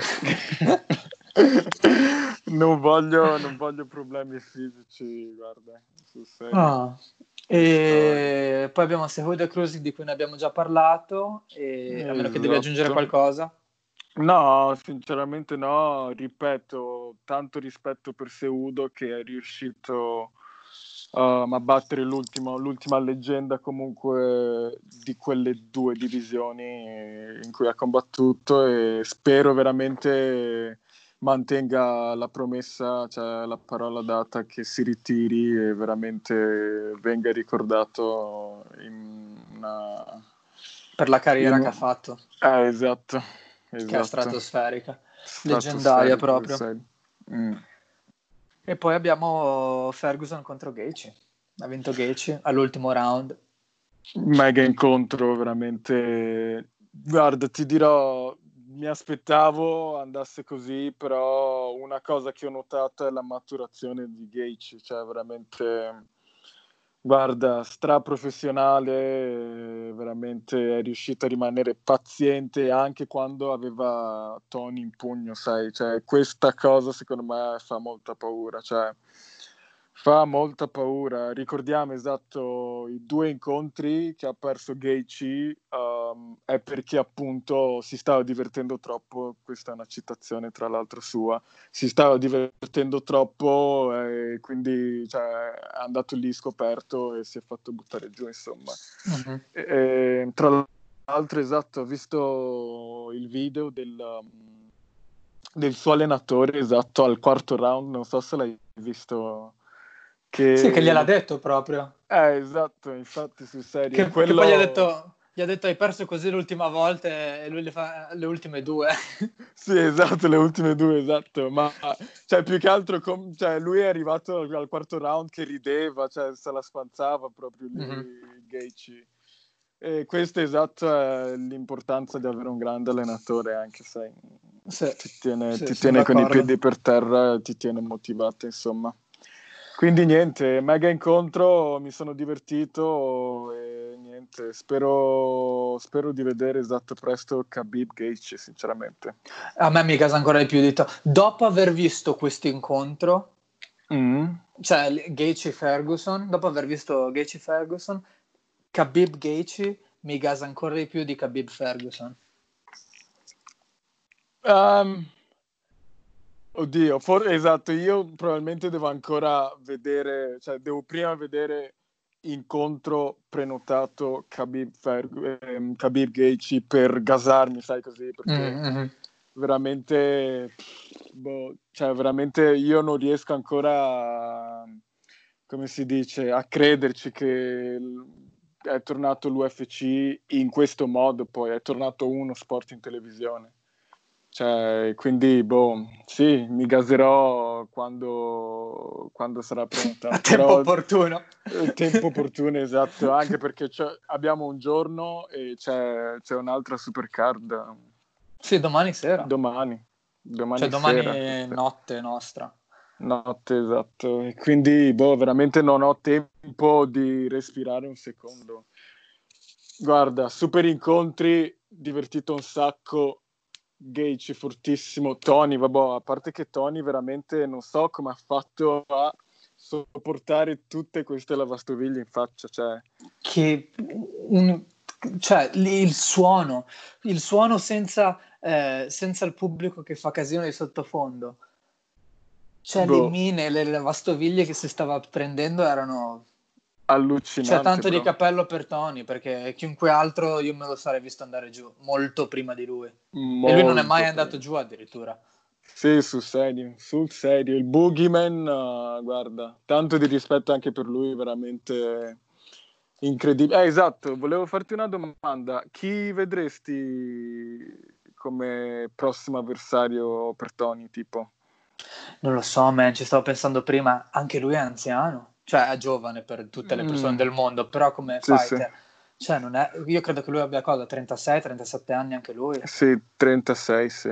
S2: Non voglio, non voglio problemi fisici, guarda, sul serio.
S1: Ah.
S2: Ci sto.
S1: E poi abbiamo Cejudo Cruz di cui ne abbiamo già parlato, e a meno che devi aggiungere
S2: Esatto.
S1: qualcosa.
S2: No, sinceramente no, ripeto, tanto rispetto per Seudo che è riuscito um, a battere l'ultimo- l'ultima leggenda comunque di quelle due divisioni in cui ha combattuto, e spero veramente mantenga la promessa, cioè la parola data, che si ritiri e veramente venga ricordato in una...
S1: Per la carriera
S2: in
S1: che ha
S2: un-
S1: fatto,
S2: Eh, esatto,
S1: che è
S2: esatto.
S1: stratosferica, leggendaria
S2: Stratosferico,
S1: proprio.
S2: sai. Mm.
S1: E poi abbiamo Ferguson contro Gaethje. Ha vinto Gaethje all'ultimo round.
S2: Mega incontro, veramente. Guarda, ti dirò, mi aspettavo andasse così, però una cosa che ho notato è la maturazione di Gaethje, cioè veramente, guarda, straprofessionale, veramente è riuscito a rimanere paziente anche quando aveva Tony in pugno, sai, cioè questa cosa secondo me fa molta paura, cioè fa molta paura. Ricordiamo esatto i due incontri che ha perso Gaethje, um, è perché appunto si stava divertendo troppo, questa è una citazione tra l'altro sua, si stava divertendo troppo e quindi cioè, è andato lì scoperto e si è fatto buttare giù, insomma.
S1: Mhm.
S2: E, e, tra l'altro, esatto, ho visto il video del, um, del suo allenatore, esatto, al quarto round, non so se l'hai visto,
S1: Sì, che
S2: che
S1: gliel'ha
S2: lo...
S1: detto proprio.
S2: Eh, esatto, infatti, sul serio,
S1: Che, che poi gli ha
S2: quello...
S1: detto, gli ha detto hai perso così l'ultima volta e lui le fa le ultime due.
S2: Sì, esatto, le ultime due, esatto, ma cioè, più che altro com- cioè, lui è arrivato al, al quarto round che rideva, cioè se la spanzava proprio
S1: Mhm.
S2: lì Gaethje. E questo esatto è l'importanza di avere un grande allenatore, anche se
S1: Sì,
S2: ti tiene,
S1: sì,
S2: ti
S1: sono
S2: tiene con i
S1: d'accordo.
S2: piedi per terra e ti tiene motivato, insomma. Quindi niente, mega incontro, mi sono divertito e niente, spero, spero di vedere esatto presto Khabib Gaethje, sinceramente.
S1: A me mi casa ancora di più di to- dopo aver visto questo incontro,
S2: Mm.
S1: cioè Gaethje Ferguson, dopo aver visto Gaethje Ferguson, Khabib Gaethje mi gasa ancora di più di Khabib Ferguson.
S2: Um, oddio, for- esatto, io probabilmente devo ancora vedere, cioè devo prima vedere incontro prenotato Khabib, Ferg- ehm, Khabib Gaethje per gasarmi, sai così, perché
S1: Mm-hmm.
S2: veramente, boh, cioè veramente io non riesco ancora, a- come si dice, a crederci che l- è tornato l'U F C in questo modo, poi è tornato uno sport in televisione. Cioè, quindi, boh, sì, mi gaserò quando, quando sarà
S1: A
S2: prenotato,
S1: tempo
S2: però
S1: opportuno.
S2: eh, tempo opportuno, esatto, anche perché c'è- abbiamo un giorno e c'è, c'è un'altra supercard
S1: Sì, domani sera.
S2: domani,
S1: Cioè
S2: domani sera,
S1: domani
S2: sì.
S1: notte nostra.
S2: Notte, esatto, e quindi, boh, veramente non ho tempo di respirare un secondo. Guarda, super incontri, divertito un sacco. Gaethje fortissimo, Tony, vabbè, a parte che Tony veramente non so come ha fatto a sopportare tutte queste lavastoviglie in faccia, cioè,
S1: Che un, cioè lì il suono, il suono senza, eh, senza il pubblico che fa casino di sottofondo. Cioè le
S2: boh,
S1: mine, le lavastoviglie che si stava prendendo erano... C'è
S2: allucinante,
S1: tanto di
S2: bro.
S1: cappello per Tony, perché chiunque altro io me lo sarei visto andare giù, molto prima di lui. E lui non è mai
S2: Molto
S1: andato
S2: prima.
S1: giù addirittura.
S2: Sì, sul serio, sul serio. Il Boogeyman, uh, guarda, tanto di rispetto anche per lui, veramente incredibile. Eh, esatto, volevo farti una domanda. Chi vedresti come prossimo avversario per Tony, tipo?
S1: Non lo so, man, ci stavo pensando prima, anche lui è anziano, cioè è giovane per tutte le persone
S2: Mm,
S1: del mondo, però come
S2: sì, sì.
S1: fighter, cioè non è, io credo che lui abbia cosa, trentasei trentasette anni anche lui,
S2: Sì, trentasei, sì.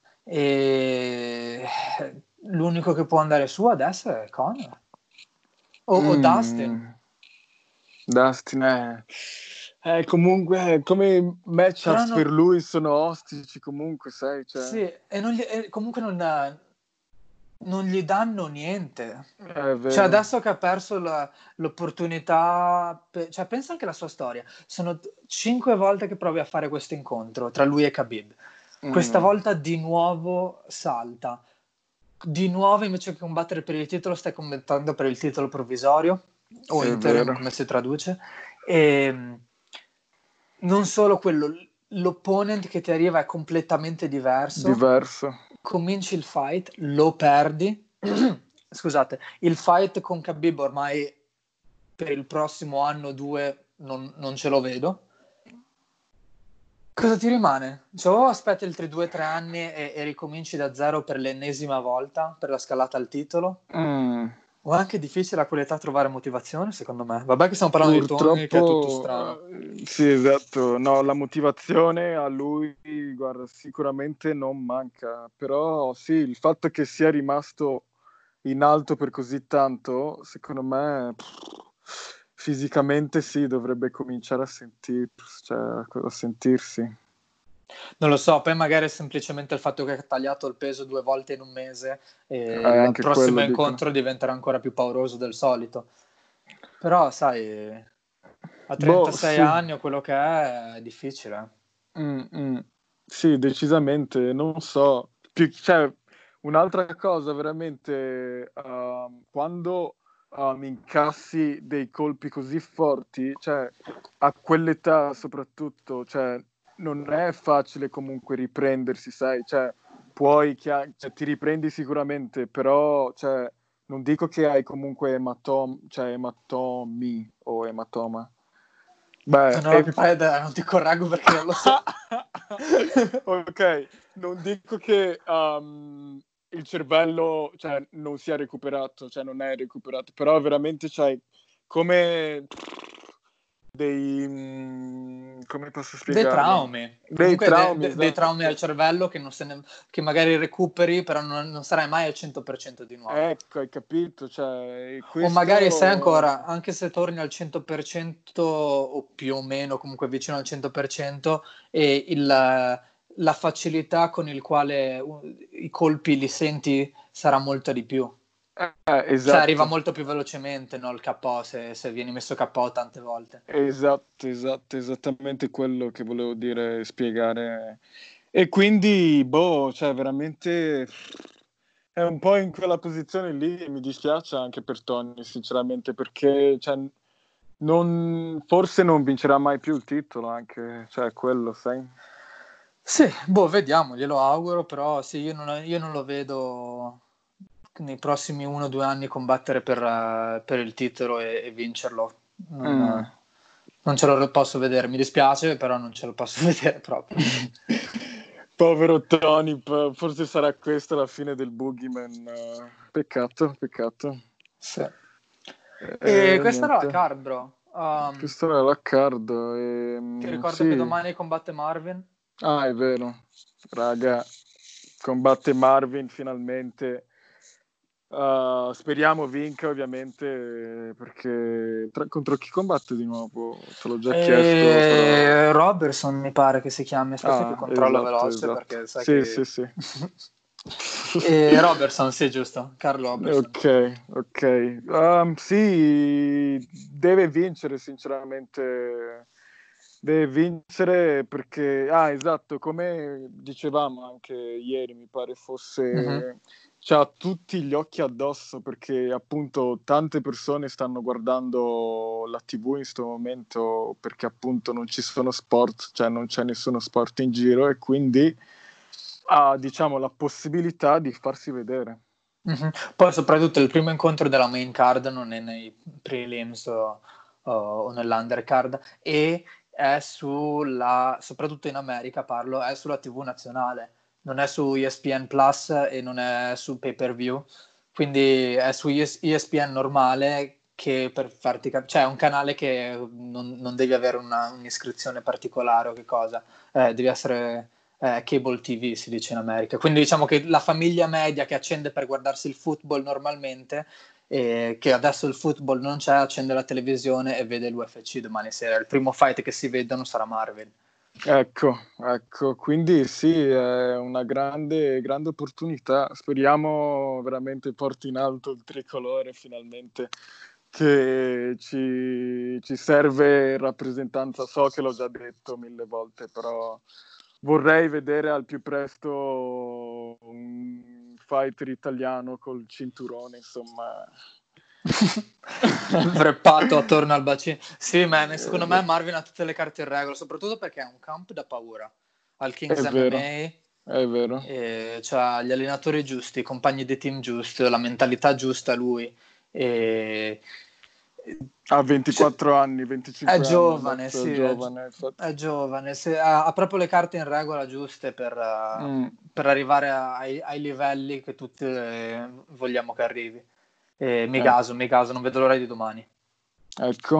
S1: e l'unico che può andare su adesso è Conor, o, o Dustin,
S2: Mm, Dustin, eh. Eh, comunque, come
S1: però
S2: matchups per
S1: no,
S2: lui sono ostici, comunque, sai, cioè,
S1: sì, e, non gli, e comunque non, non gli danno niente.
S2: è
S1: Cioè,
S2: vero.
S1: adesso che ha perso la- l'opportunità, pe- cioè, pensa anche alla sua storia. Sono t- cinque volte che provi a fare questo incontro tra lui e Khabib. questa
S2: Mm,
S1: volta di nuovo salta. Di nuovo, invece che combattere per il titolo, stai combattendo per il titolo provvisorio o
S2: è
S1: interim,
S2: vero.
S1: come si traduce. E non solo quello, l'opponent che ti arriva è completamente diverso.
S2: Diverso.
S1: Cominci il fight, lo perdi. Scusate, il fight con Khabib ormai per il prossimo anno o due non, non ce lo vedo. Cosa ti rimane? Cioè, o aspetti altri due o tre anni e, e ricominci da zero per l'ennesima volta per la scalata al titolo,
S2: Mm.
S1: o è anche difficile a quell'età trovare motivazione, secondo me. Vabbè che stiamo parlando di Tony, che è tutto strano.
S2: Purtroppo, eh, sì, esatto, no, la motivazione a lui, guarda, sicuramente non manca, però sì, il fatto che sia rimasto in alto per così tanto, secondo me, pff, fisicamente sì, dovrebbe cominciare a sentir, cioè, a sentirsi.
S1: Non lo so, poi magari è semplicemente il fatto che ha tagliato il peso due volte in un mese
S2: È
S1: e il
S2: anche
S1: prossimo
S2: quello, dico.
S1: incontro diventerà ancora più pauroso del solito. Però, sai, a
S2: Boh,
S1: trentasei
S2: sì.
S1: anni o quello che è, è difficile.
S2: Mm, mm. Sì, decisamente, non so. Più- cioè, un'altra cosa veramente, ehm, quando ehm, incassi dei colpi così forti, cioè, a quell'età soprattutto, cioè, non è facile comunque riprendersi, sai? Cioè, puoi, chia- cioè, ti riprendi sicuramente, però, cioè, non dico che hai comunque ematom- cioè, ematomi o ematoma. Beh,
S1: Non ho la
S2: è...
S1: più pallida idea, non ti correggo perché non lo so.
S2: Ok, non dico che um, il cervello, cioè, non sia recuperato, cioè non è recuperato, però veramente c'hai come dei... mm, come posso
S1: Dei
S2: spiegarlo?
S1: traumi,
S2: Dei
S1: comunque de-
S2: traumi,
S1: de- dei traumi al
S2: esatto.
S1: cervello che, non se ne- che magari recuperi, però non, non sarai mai al cento per cento di nuovo.
S2: Ecco, hai capito, cioè,
S1: O magari sai
S2: questo...
S1: ancora, anche se torni al cento per cento o più o meno, comunque vicino al cento per cento, e il, la facilità con il quale uh, i colpi li senti sarà molto di più.
S2: Eh,
S1: Cioè arriva
S2: esatto.
S1: molto più velocemente, no, il K O se, se vieni messo K O tante volte.
S2: Esatto, esatto, esattamente quello che volevo dire, spiegare. E quindi, boh, cioè, veramente è un po' in quella posizione lì e mi dispiace anche per Tony, sinceramente, perché cioè, non, forse non vincerà mai più il titolo, anche, cioè, quello, sai?
S1: Sì, boh, vediamo, glielo auguro, però sì, io non, io non lo vedo nei prossimi uno o due anni combattere per, eh, per il titolo e, e vincerlo. Non,
S2: Mm.
S1: eh, non ce lo posso vedere, mi dispiace, però non ce lo posso vedere proprio.
S2: Povero Tony, p- forse sarà questa la fine del Boogeyman. eh, Peccato, peccato.
S1: Sì. E
S2: Eh,
S1: questa era la
S2: niente.
S1: card, bro. Um,
S2: Questo era l'accardo. E,
S1: ti
S2: mm,
S1: ricordo che
S2: sì,
S1: domani combatte Marvin?
S2: ah, è vero. Raga, combatte Marvin finalmente. Uh, speriamo vinca, ovviamente, perché tra- contro chi combatte di nuovo? Te l'ho già chiesto, però.
S1: E Robertson mi pare che si chiami, aspetta che
S2: Ah,
S1: controllo
S2: esatto,
S1: veloce
S2: esatto.
S1: perché sai
S2: Sì, sì,
S1: che...
S2: sì.
S1: E Robertson, sì, giusto, Carl Robertson.
S2: Ok, ok. Um, sì, deve vincere, sinceramente. Deve vincere perché, ah, esatto, come dicevamo anche ieri, mi pare
S1: Mhm.
S2: fosse, c'ha tutti gli occhi addosso perché appunto tante persone stanno guardando la T V in questo momento perché appunto non ci sono sport, cioè non c'è nessuno sport in giro e quindi ha, diciamo, la possibilità di farsi vedere.
S1: Mhm. Poi soprattutto il primo incontro della main card non è nei prelims o, o, o nell'undercard e è sulla, soprattutto in America parlo, è sulla T V nazionale, non è su E S P N Plus e non è su pay per view, quindi è su E S P N normale che per farti capire, cioè è un canale che non, non devi avere una, un'iscrizione particolare o che cosa, eh, devi essere eh, cable T V si dice in America. Quindi diciamo che la famiglia media che accende per guardarsi il football normalmente, e che adesso il football non c'è, accende la televisione e vede l'U F C domani sera. Il primo fight che si vedono sarà Marvin.
S2: Ecco, ecco, quindi sì, è una grande, grande opportunità. Speriamo veramente porti in alto il tricolore finalmente, che ci, ci serve rappresentanza. So che l'ho già detto mille volte, però vorrei vedere al più presto un fighter italiano col cinturone, insomma.
S1: Wrappato attorno al bacino. Sì, man, secondo me Marvin ha tutte le carte in regola, soprattutto perché è un camp da paura. Al Kings
S2: È vero,
S1: M M A,
S2: è vero.
S1: e c'ha gli allenatori giusti, i compagni di team giusti, la mentalità giusta lui. E...
S2: Ha ventiquattro
S1: cioè,
S2: anni, venticinque
S1: è
S2: anni,
S1: giovane,
S2: adesso
S1: sì,
S2: è
S1: è, gi-
S2: giovane, infatti.
S1: è giovane, se- ha, ha proprio le carte in regola giuste per, uh,
S2: Mm,
S1: per arrivare a- ai, ai livelli che tutti eh, vogliamo che arrivi. E mi
S2: eh,
S1: caso, mi caso, non vedo l'ora di domani.
S2: ecco.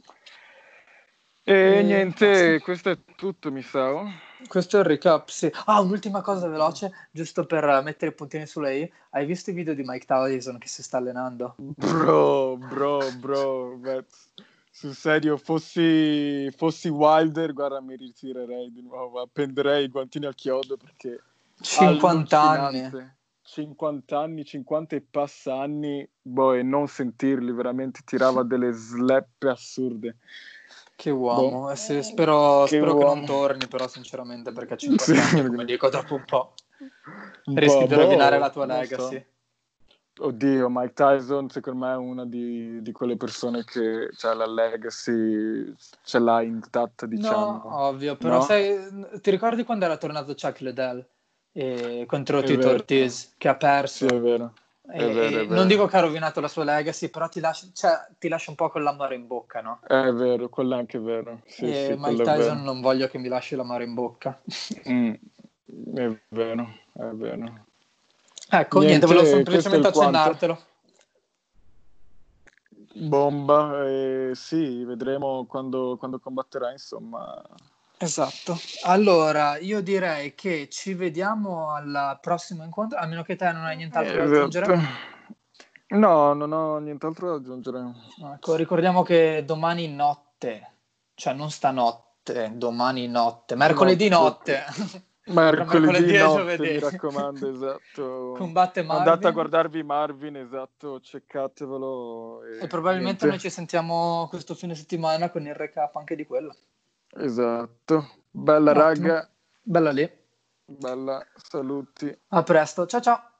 S2: E
S1: E basta.
S2: niente, questo è tutto, mi sa. Oh.
S1: Questo è il recap, sì. Ah, un'ultima cosa veloce, giusto per mettere i puntini sulle i. Hai visto i video di Mike Tyson che si sta allenando?
S2: Bro, bro, bro, beh, sul serio, fossi, fossi Wilder, guarda, mi ritirerei di nuovo, appenderei i guantini al chiodo perché
S1: cinquanta anni.
S2: allucinante. cinquanta anni, cinquanta e passa anni, boh, e non sentirli, veramente tirava delle sleppe assurde.
S1: Che
S2: Boh,
S1: uomo. Eh sì, spero,
S2: che
S1: spero che non
S2: uomo.
S1: torni, però sinceramente, perché a
S2: Sì,
S1: cinquanta anni, come dico, dopo un po'
S2: un
S1: rischi
S2: po',
S1: di rovinare la
S2: boh,
S1: tua
S2: non so.
S1: legacy.
S2: Oddio, Mike Tyson secondo me è una di, di quelle persone che cioè, la legacy ce l'ha intatta,
S1: No,
S2: diciamo.
S1: ovvio, però
S2: No?
S1: sai, ti ricordi quando era tornato Chuck Liddell eh, contro
S2: È
S1: Tito
S2: vero.
S1: Ortiz, che ha
S2: Sì, è
S1: perso?
S2: vero. È vero,
S1: E,
S2: è
S1: e non dico
S2: vero.
S1: che ha rovinato la sua legacy, però ti lascia, cioè, ti lascia un po' con l'amore in bocca, no?
S2: È vero, quello è anche vero. Sì,
S1: E
S2: sì,
S1: Mike
S2: quello è
S1: Tyson
S2: vero.
S1: non voglio che mi lasci l'amore in bocca.
S2: Mm, è vero, è vero.
S1: Ecco, niente, volevo
S2: Niente, questo è
S1: semplicemente
S2: il quanto.
S1: accennartelo.
S2: Bomba, eh, sì, vedremo quando, quando combatterà, insomma.
S1: Esatto. Allora, io direi che ci vediamo al prossimo incontro, a meno che te non hai nient'altro da
S2: Esatto.
S1: aggiungere.
S2: No, non ho nient'altro da aggiungere.
S1: Ecco, ricordiamo che domani notte, cioè non stanotte, domani notte, mercoledì
S2: Notte.
S1: notte, tra
S2: Mercoledì
S1: mercoledì e
S2: notte,
S1: giovedì,
S2: mi raccomando, esatto.
S1: combatte
S2: Andate a
S1: Marvin
S2: guardarvi Marvin, esatto, ceccatevelo
S1: e
S2: e
S1: probabilmente noi
S2: niente.
S1: ci sentiamo questo fine settimana con il recap anche di quello.
S2: Esatto. Bella
S1: Ottimo,
S2: raga,
S1: bella lì.
S2: bella, saluti.
S1: A presto, ciao ciao.